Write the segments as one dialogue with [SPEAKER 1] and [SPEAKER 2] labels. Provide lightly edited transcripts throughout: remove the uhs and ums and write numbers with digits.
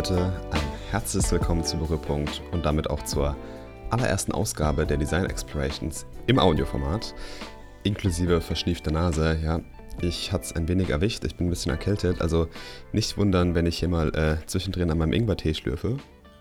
[SPEAKER 1] Leute, ein herzliches Willkommen zu Berührpunkt und damit auch zur allerersten Ausgabe der Design Explorations im Audioformat, inklusive verschniefter Nase. Ja, ich hatte es ein wenig erwischt, ich bin ein bisschen erkältet, also nicht wundern, wenn ich hier mal zwischendrin an meinem Ingwertee schlürfe.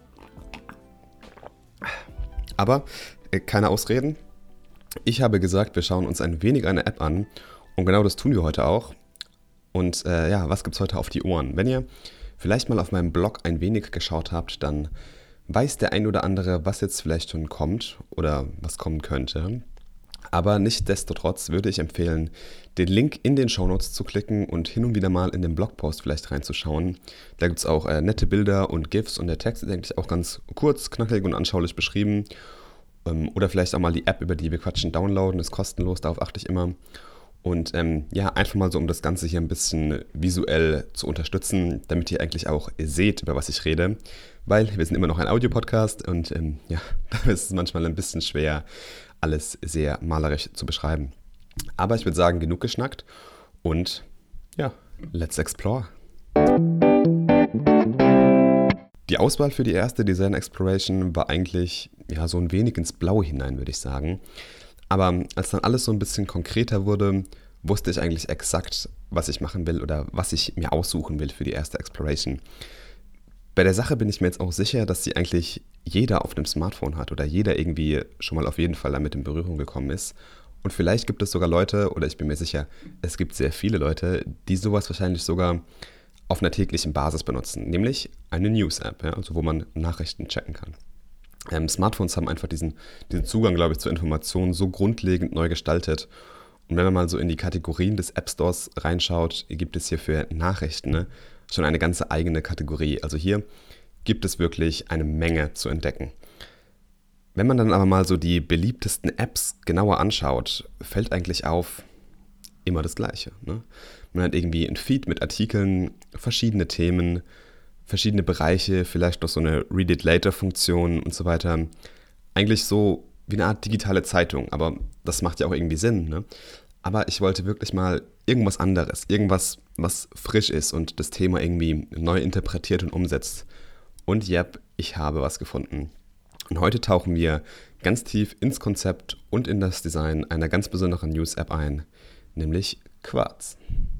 [SPEAKER 1] Aber keine Ausreden. Ich habe gesagt, wir schauen uns ein wenig eine App an und genau das tun wir heute auch. Und was gibt's heute auf die Ohren? Wenn ihr vielleicht mal auf meinem Blog ein wenig geschaut habt, dann weiß der ein oder andere, was jetzt vielleicht schon kommt oder was kommen könnte. Aber nichtsdestotrotz würde ich empfehlen, den Link in den Shownotes zu klicken und hin und wieder mal in den Blogpost vielleicht reinzuschauen. Da gibt es auch nette Bilder und GIFs und der Text ist eigentlich auch ganz kurz, knackig und anschaulich beschrieben. Oder vielleicht auch mal die App, über die wir quatschen, downloaden, ist kostenlos, darauf achte ich immer. Und einfach mal so, um das Ganze hier ein bisschen visuell zu unterstützen, damit ihr eigentlich auch seht, über was ich rede. Weil wir sind immer noch ein Audiopodcast und da ist es manchmal ein bisschen schwer, alles sehr malerisch zu beschreiben. Aber ich würde sagen, genug geschnackt und let's explore. Die Auswahl für die erste Design Exploration war eigentlich so ein wenig ins Blaue hinein, würde ich sagen. Aber als dann alles so ein bisschen konkreter wurde, wusste ich eigentlich exakt, was ich machen will oder was ich mir aussuchen will für die erste Exploration. Bei der Sache bin ich mir jetzt auch sicher, dass sie eigentlich jeder auf dem Smartphone hat oder jeder irgendwie schon mal auf jeden Fall damit in Berührung gekommen ist. Und vielleicht gibt es sogar Leute, oder ich bin mir sicher, es gibt sehr viele Leute, die sowas wahrscheinlich sogar auf einer täglichen Basis benutzen, nämlich eine News-App, also wo man Nachrichten checken kann. Smartphones haben einfach diesen Zugang, glaube ich, zur Information so grundlegend neu gestaltet. Und wenn man mal so in die Kategorien des App Stores reinschaut, gibt es hier für Nachrichten schon eine ganze eigene Kategorie. Also hier gibt es wirklich eine Menge zu entdecken. Wenn man dann aber mal so die beliebtesten Apps genauer anschaut, fällt eigentlich auf immer das Gleiche. Ne? Man hat irgendwie ein Feed mit Artikeln, verschiedene Themen, verschiedene Bereiche, vielleicht noch so eine Read-it-later-Funktion und so weiter. Eigentlich so wie eine Art digitale Zeitung, aber das macht ja auch irgendwie Sinn. Ne? Aber ich wollte wirklich mal irgendwas anderes, irgendwas, was frisch ist und das Thema irgendwie neu interpretiert und umsetzt. Und ich habe was gefunden. Und heute tauchen wir ganz tief ins Konzept und in das Design einer ganz besonderen News-App ein, nämlich Quartz.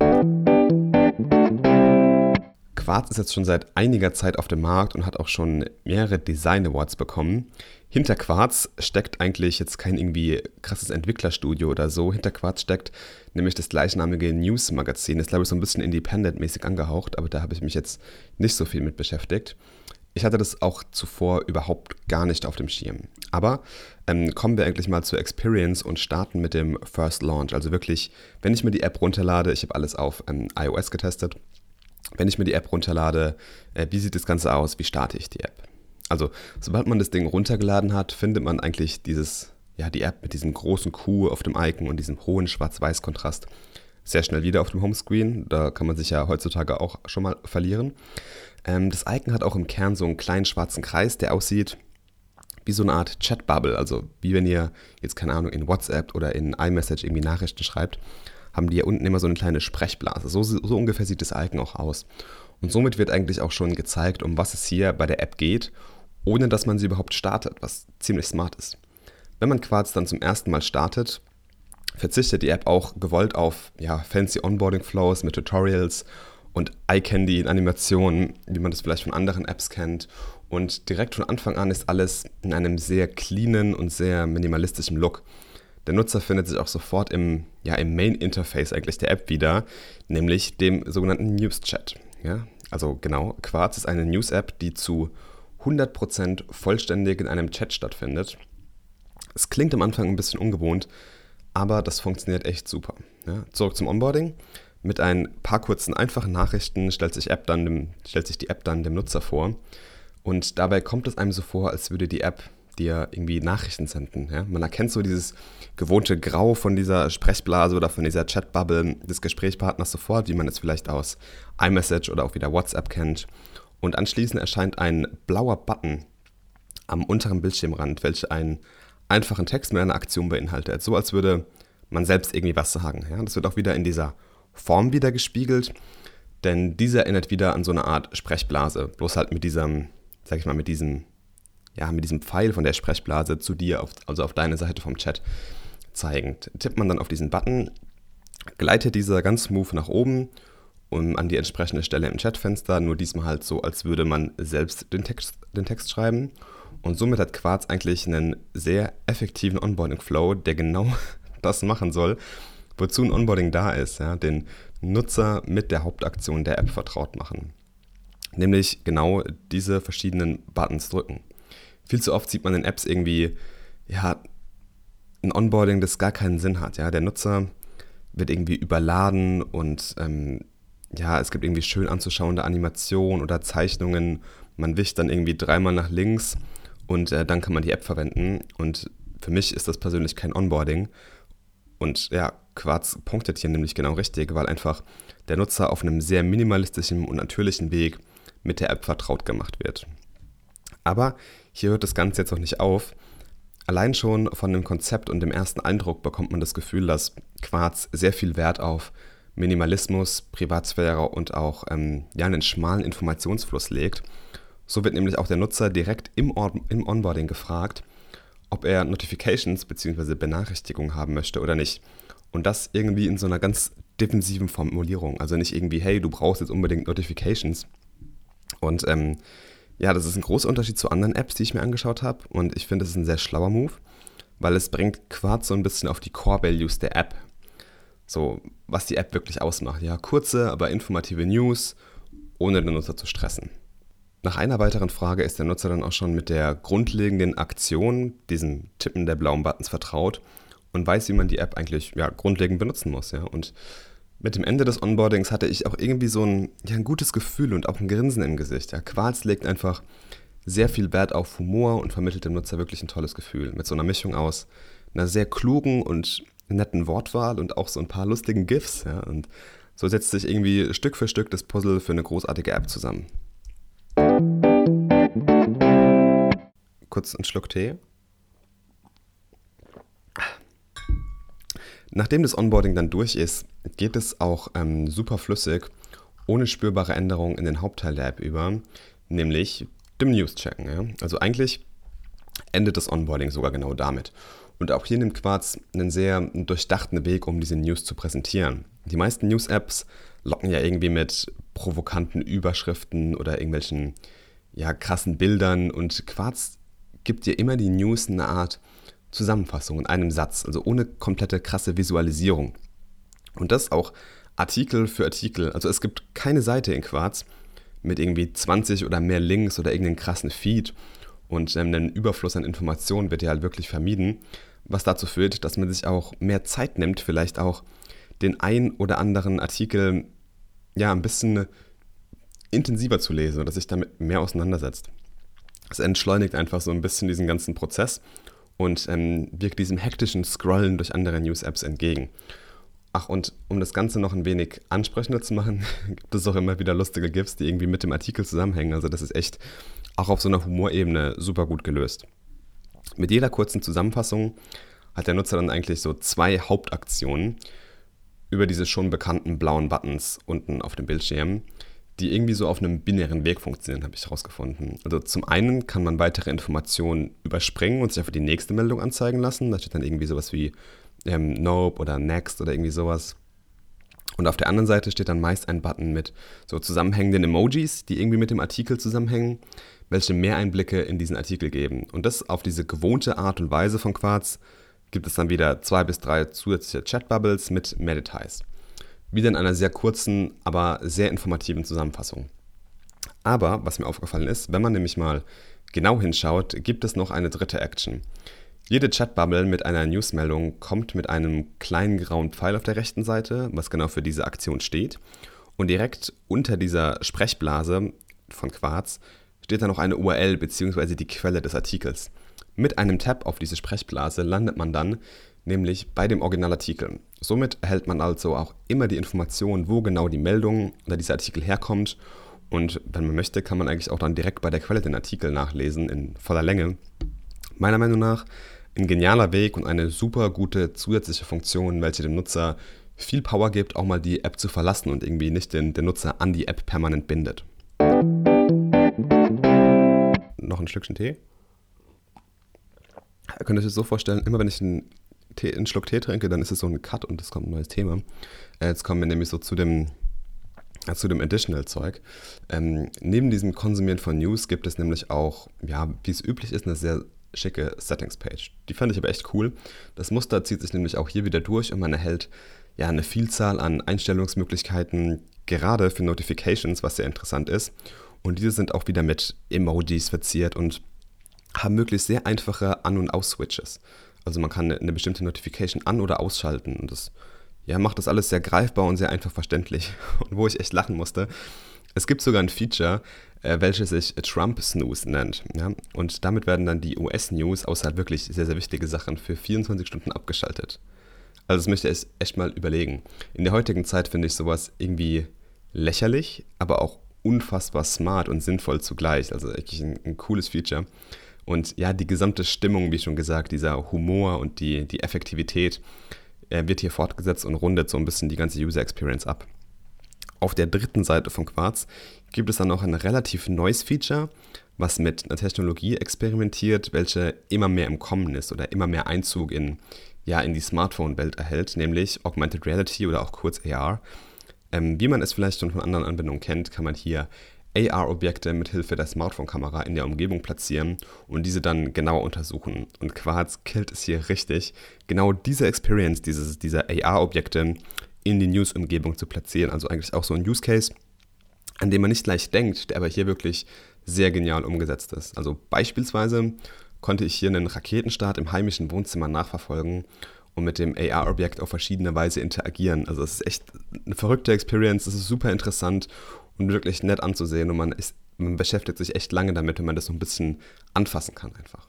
[SPEAKER 1] Quartz ist jetzt schon seit einiger Zeit auf dem Markt und hat auch schon mehrere Design Awards bekommen. Hinter Quartz steckt eigentlich jetzt kein irgendwie krasses Entwicklerstudio oder so. Hinter Quartz steckt nämlich das gleichnamige News-Magazin. Das ist, glaube ich, so ein bisschen independent-mäßig angehaucht, aber da habe ich mich jetzt nicht so viel mit beschäftigt. Ich hatte das auch zuvor überhaupt gar nicht auf dem Schirm. Aber kommen wir eigentlich mal zur Experience und starten mit dem First Launch. Also wirklich, wenn ich mir die App runterlade, ich habe alles auf iOS getestet, wenn ich mir die App runterlade, wie sieht das Ganze aus, wie starte ich die App? Also, sobald man das Ding runtergeladen hat, findet man eigentlich die App mit diesem großen Q auf dem Icon und diesem hohen Schwarz-Weiß-Kontrast sehr schnell wieder auf dem Homescreen. Da kann man sich ja heutzutage auch schon mal verlieren. Das Icon hat auch im Kern so einen kleinen schwarzen Kreis, der aussieht wie so eine Art Chat-Bubble. Also, wie wenn ihr jetzt, keine Ahnung, in WhatsApp oder in iMessage irgendwie Nachrichten schreibt, haben die hier unten immer so eine kleine Sprechblase. So ungefähr sieht das Icon auch aus. Und somit wird eigentlich auch schon gezeigt, um was es hier bei der App geht, ohne dass man sie überhaupt startet, was ziemlich smart ist. Wenn man Quartz dann zum ersten Mal startet, verzichtet die App auch gewollt auf fancy Onboarding-Flows mit Tutorials und Eye-Candy in Animationen, wie man das vielleicht von anderen Apps kennt. Und direkt von Anfang an ist alles in einem sehr cleanen und sehr minimalistischen Look. Der Nutzer findet sich auch sofort im Main-Interface eigentlich der App wieder, nämlich dem sogenannten News-Chat. Ja? Also genau, Quartz ist eine News-App, die zu 100% vollständig in einem Chat stattfindet. Es klingt am Anfang ein bisschen ungewohnt, aber das funktioniert echt super. Ja? Zurück zum Onboarding. Mit ein paar kurzen, einfachen Nachrichten stellt sich die App dann dem Nutzer vor. Und dabei kommt es einem so vor, als würde die App dir irgendwie Nachrichten senden. Ja? Man erkennt so dieses gewohnte Grau von dieser Sprechblase oder von dieser Chatbubble des Gesprächspartners sofort, wie man es vielleicht aus iMessage oder auch wieder WhatsApp kennt. Und anschließend erscheint ein blauer Button am unteren Bildschirmrand, welcher einen einfachen Text mit einer Aktion beinhaltet. So als würde man selbst irgendwie was sagen. Ja? Das wird auch wieder in dieser Form wieder gespiegelt. Denn dieser erinnert wieder an so eine Art Sprechblase, bloß halt mit diesem, sag ich mal, mit diesem Pfeil von der Sprechblase zu dir, also auf deine Seite vom Chat zeigend. Tippt man dann auf diesen Button, gleitet dieser ganz smooth nach oben und an die entsprechende Stelle im Chatfenster, nur diesmal halt so, als würde man selbst den Text schreiben. Und somit hat Quartz eigentlich einen sehr effektiven Onboarding-Flow, der genau das machen soll, wozu ein Onboarding da ist, ja, den Nutzer mit der Hauptaktion der App vertraut machen. Nämlich genau diese verschiedenen Buttons drücken. Viel zu oft sieht man in Apps irgendwie, ja, ein Onboarding, das gar keinen Sinn hat. Ja. Der Nutzer wird irgendwie überladen und es gibt irgendwie schön anzuschauende Animationen oder Zeichnungen. Man wischt dann irgendwie 3-mal nach links und dann kann man die App verwenden. Und für mich ist das persönlich kein Onboarding. Und ja, Quartz punktet hier nämlich genau richtig, weil einfach der Nutzer auf einem sehr minimalistischen und natürlichen Weg mit der App vertraut gemacht wird. Aber hier hört das Ganze jetzt noch nicht auf. Allein schon von dem Konzept und dem ersten Eindruck bekommt man das Gefühl, dass Quartz sehr viel Wert auf Minimalismus, Privatsphäre und auch einen schmalen Informationsfluss legt. So wird nämlich auch der Nutzer direkt im Onboarding gefragt, ob er Notifications bzw. Benachrichtigungen haben möchte oder nicht. Und das irgendwie in so einer ganz defensiven Formulierung. Also nicht irgendwie, hey, du brauchst jetzt unbedingt Notifications. Und das ist ein großer Unterschied zu anderen Apps, die ich mir angeschaut habe. Und ich finde, das ist ein sehr schlauer Move, weil es bringt Quartz so ein bisschen auf die Core Values der App. So, was die App wirklich ausmacht. Ja, kurze, aber informative News, ohne den Nutzer zu stressen. Nach einer weiteren Frage ist der Nutzer dann auch schon mit der grundlegenden Aktion, diesem Tippen der blauen Buttons, vertraut und weiß, wie man die App eigentlich grundlegend benutzen muss. Ja. Und mit dem Ende des Onboardings hatte ich auch irgendwie so ein gutes Gefühl und auch ein Grinsen im Gesicht. Ja. Quartz legt einfach sehr viel Wert auf Humor und vermittelt dem Nutzer wirklich ein tolles Gefühl. Mit so einer Mischung aus einer sehr klugen und netten Wortwahl und auch so ein paar lustigen GIFs. Ja. Und so setzt sich irgendwie Stück für Stück das Puzzle für eine großartige App zusammen. Kurz einen Schluck Tee. Nachdem das Onboarding dann durch ist, geht es auch super flüssig, ohne spürbare Änderungen in den Hauptteil der App über, nämlich dem News-Checken. Ja? Also eigentlich endet das Onboarding sogar genau damit. Und auch hier nimmt Quartz einen sehr durchdachten Weg, um diese News zu präsentieren. Die meisten News-Apps locken ja irgendwie mit provokanten Überschriften oder irgendwelchen krassen Bildern, und Quartz gibt dir immer die News in einer Art Zusammenfassung in einem Satz, also ohne komplette krasse Visualisierung. Und das auch Artikel für Artikel. Also es gibt keine Seite in Quartz mit irgendwie 20 oder mehr Links oder irgendeinen krassen Feed, und ein Überfluss an Informationen wird ja halt wirklich vermieden, was dazu führt, dass man sich auch mehr Zeit nimmt, vielleicht auch den ein oder anderen Artikel ein bisschen intensiver zu lesen oder sich damit mehr auseinandersetzt. Es entschleunigt einfach so ein bisschen diesen ganzen Prozess und wirkt diesem hektischen Scrollen durch andere News-Apps entgegen. Ach, und um das Ganze noch ein wenig ansprechender zu machen, gibt es auch immer wieder lustige GIFs, die irgendwie mit dem Artikel zusammenhängen. Also das ist echt auch auf so einer Humorebene super gut gelöst. Mit jeder kurzen Zusammenfassung hat der Nutzer dann eigentlich so 2 Hauptaktionen über diese schon bekannten blauen Buttons unten auf dem Bildschirm, die irgendwie so auf einem binären Weg funktionieren, habe ich herausgefunden. Also zum einen kann man weitere Informationen überspringen und sich einfach die nächste Meldung anzeigen lassen. Da steht dann irgendwie sowas wie Nope oder Next oder irgendwie sowas. Und auf der anderen Seite steht dann meist ein Button mit so zusammenhängenden Emojis, die irgendwie mit dem Artikel zusammenhängen, welche mehr Einblicke in diesen Artikel geben. Und das auf diese gewohnte Art und Weise von Quartz gibt es dann wieder 2 bis 3 zusätzliche Chatbubbles mit mehr Details. Wieder in einer sehr kurzen, aber sehr informativen Zusammenfassung. Aber was mir aufgefallen ist, wenn man nämlich mal genau hinschaut, gibt es noch eine dritte Action. Jede Chatbubble mit einer Newsmeldung kommt mit einem kleinen grauen Pfeil auf der rechten Seite, was genau für diese Aktion steht. Und direkt unter dieser Sprechblase von Quartz steht dann noch eine URL bzw. die Quelle des Artikels. Mit einem Tab auf diese Sprechblase landet man dann nämlich bei dem Originalartikel. Somit erhält man also auch immer die Information, wo genau die Meldung oder dieser Artikel herkommt. Und wenn man möchte, kann man eigentlich auch dann direkt bei der Quelle den Artikel nachlesen in voller Länge. Meiner Meinung nach ein genialer Weg und eine super gute zusätzliche Funktion, welche dem Nutzer viel Power gibt, auch mal die App zu verlassen und irgendwie nicht den Nutzer an die App permanent bindet. Noch ein Schlückchen Tee. Ihr könnt euch das so vorstellen, immer wenn ich einen Schluck Tee trinke, dann ist es so ein Cut und es kommt ein neues Thema. Jetzt kommen wir nämlich so zu dem Additional-Zeug. Neben diesem Konsumieren von News gibt es nämlich auch, ja, wie es üblich ist, eine sehr schicke Settings-Page. Die fand ich aber echt cool. Das Muster zieht sich nämlich auch hier wieder durch und man erhält ja eine Vielzahl an Einstellungsmöglichkeiten, gerade für Notifications, was sehr interessant ist. Und diese sind auch wieder mit Emojis verziert und haben möglichst sehr einfache An- und Aus-Switches. Also man kann eine bestimmte Notification an- oder ausschalten und das macht das alles sehr greifbar und sehr einfach verständlich. Und wo ich echt lachen musste, es gibt sogar ein Feature, welches sich Trump Snooze nennt. Ja? Und damit werden dann die US-News, außer wirklich sehr, sehr wichtige Sachen, für 24 Stunden abgeschaltet. Also das möchte ich echt mal überlegen. In der heutigen Zeit finde ich sowas irgendwie lächerlich, aber auch unfassbar smart und sinnvoll zugleich. Also wirklich ein cooles Feature. Und ja, die gesamte Stimmung, wie schon gesagt, dieser Humor und die Effektivität wird hier fortgesetzt und rundet so ein bisschen die ganze User Experience ab. Auf der dritten Seite von Quartz gibt es dann noch ein relativ neues Feature, was mit einer Technologie experimentiert, welche immer mehr im Kommen ist oder immer mehr Einzug in die Smartphone-Welt erhält, nämlich Augmented Reality oder auch kurz AR. Wie man es vielleicht schon von anderen Anwendungen kennt, kann man hier AR-Objekte mit Hilfe der Smartphone-Kamera in der Umgebung platzieren und diese dann genauer untersuchen. Und Quartz killt es hier richtig, genau diese Experience, dieser AR-Objekte in die News-Umgebung zu platzieren. Also eigentlich auch so ein Use-Case, an dem man nicht leicht denkt, der aber hier wirklich sehr genial umgesetzt ist. Also beispielsweise konnte ich hier einen Raketenstart im heimischen Wohnzimmer nachverfolgen und mit dem AR-Objekt auf verschiedene Weise interagieren. Also es ist echt eine verrückte Experience, es ist super interessant und wirklich nett anzusehen und man beschäftigt sich echt lange damit, wenn man das so ein bisschen anfassen kann einfach.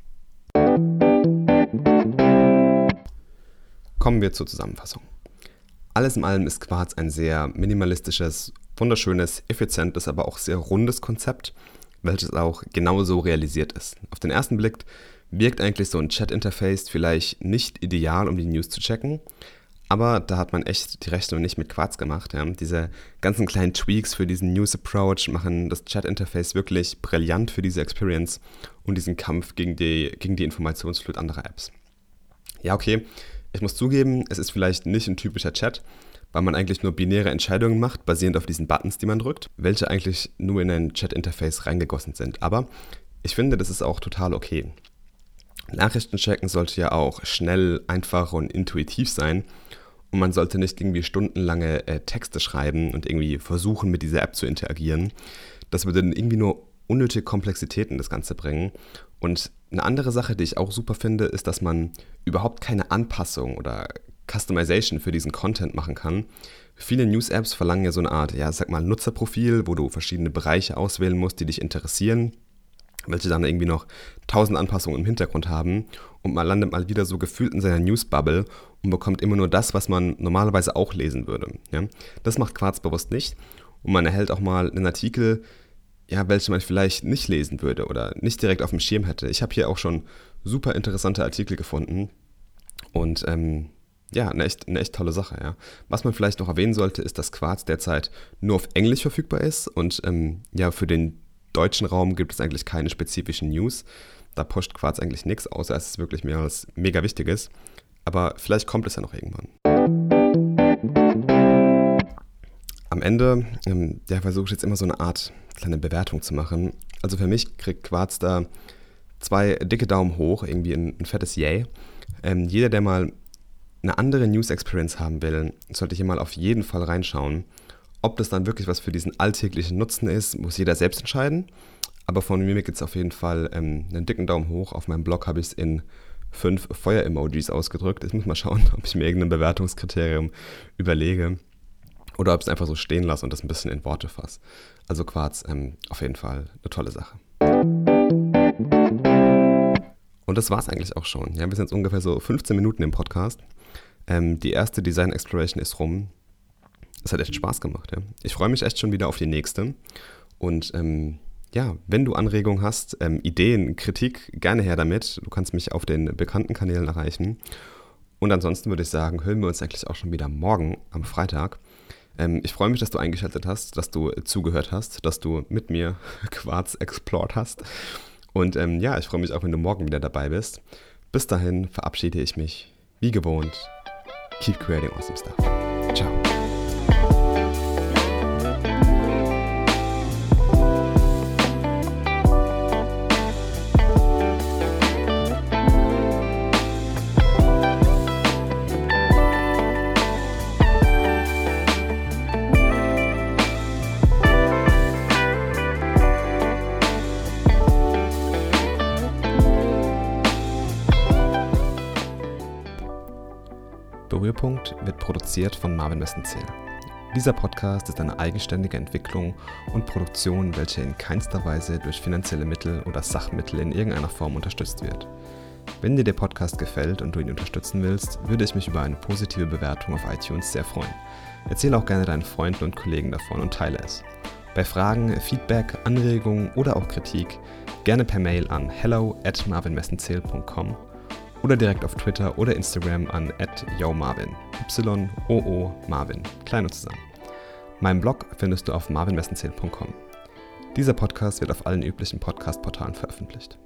[SPEAKER 1] Kommen wir zur Zusammenfassung. Alles in allem ist Quartz ein sehr minimalistisches, wunderschönes, effizientes, aber auch sehr rundes Konzept, welches auch genauso realisiert ist. Auf den ersten Blick wirkt eigentlich so ein Chat-Interface vielleicht nicht ideal, um die News zu checken, aber da hat man echt die Rechnung nicht mit Quartz gemacht. Ja. Diese ganzen kleinen Tweaks für diesen News-Approach machen das Chat-Interface wirklich brillant für diese Experience und diesen Kampf gegen die Informationsflut anderer Apps. Ja, okay, ich muss zugeben, es ist vielleicht nicht ein typischer Chat, weil man eigentlich nur binäre Entscheidungen macht, basierend auf diesen Buttons, die man drückt, welche eigentlich nur in ein Chat-Interface reingegossen sind. Aber ich finde, das ist auch total okay. Nachrichten checken sollte ja auch schnell, einfach und intuitiv sein und man sollte nicht irgendwie stundenlange Texte schreiben und irgendwie versuchen, mit dieser App zu interagieren. Das würde dann irgendwie nur unnötige Komplexität in das Ganze bringen. Und eine andere Sache, die ich auch super finde, ist, dass man überhaupt keine Anpassung oder Customization für diesen Content machen kann. Viele News-Apps verlangen ja so eine Art, Nutzerprofil, wo du verschiedene Bereiche auswählen musst, die dich interessieren, welche dann irgendwie noch 1000 Anpassungen im Hintergrund haben und man landet mal wieder so gefühlt in seiner News-Bubble und bekommt immer nur das, was man normalerweise auch lesen würde. Ja? Das macht Quartz bewusst nicht und man erhält auch mal einen Artikel, welche man vielleicht nicht lesen würde oder nicht direkt auf dem Schirm hätte. Ich habe hier auch schon super interessante Artikel gefunden und eine echt tolle Sache. Ja. Was man vielleicht noch erwähnen sollte, ist, dass Quartz derzeit nur auf Englisch verfügbar ist und für den deutschen Raum gibt es eigentlich keine spezifischen News. Da pusht Quartz eigentlich nichts, außer es ist wirklich mehr was mega Wichtiges. Aber vielleicht kommt es ja noch irgendwann. Am Ende versuche ich jetzt immer so eine Art kleine Bewertung zu machen. Also für mich kriegt Quartz da 2 dicke Daumen hoch, irgendwie ein fettes Yay. Jeder, der mal eine andere News-Experience haben will, sollte hier mal auf jeden Fall reinschauen. Ob das dann wirklich was für diesen alltäglichen Nutzen ist, muss jeder selbst entscheiden. Aber von mir gibt es auf jeden Fall einen dicken Daumen hoch. Auf meinem Blog habe ich es in 5 Feuer-Emojis ausgedrückt. Ich muss mal schauen, ob ich mir irgendein Bewertungskriterium überlege. Oder ob ich es einfach so stehen lasse und das ein bisschen in Worte fasse. Also Quartz, auf jeden Fall eine tolle Sache. Und das war es eigentlich auch schon. Ja, wir sind jetzt ungefähr so 15 Minuten im Podcast. Die erste Design Exploration ist rum. Es hat echt Spaß gemacht. Ja. Ich freue mich echt schon wieder auf die nächste. Und wenn du Anregungen hast, Ideen, Kritik, gerne her damit. Du kannst mich auf den bekannten Kanälen erreichen. Und ansonsten würde ich sagen, hören wir uns eigentlich auch schon wieder morgen am Freitag. Ich freue mich, dass du eingeschaltet hast, dass du zugehört hast, dass du mit mir Quarz explored hast. Und ich freue mich auch, wenn du morgen wieder dabei bist. Bis dahin verabschiede ich mich, wie gewohnt. Keep creating awesome stuff. Ciao. Berührpunkt wird produziert von Marvin Messenzähl. Dieser Podcast ist eine eigenständige Entwicklung und Produktion, welche in keinster Weise durch finanzielle Mittel oder Sachmittel in irgendeiner Form unterstützt wird. Wenn dir der Podcast gefällt und du ihn unterstützen willst, würde ich mich über eine positive Bewertung auf iTunes sehr freuen. Erzähle auch gerne deinen Freunden und Kollegen davon und teile es. Bei Fragen, Feedback, Anregungen oder auch Kritik gerne per Mail an hello@marvinmessenzähl.com oder direkt auf Twitter oder Instagram an @yomarvin, YOO Marvin, klein und zusammen. Meinen Blog findest du auf marvinmessenzähl.com. Dieser Podcast wird auf allen üblichen Podcast-Portalen veröffentlicht.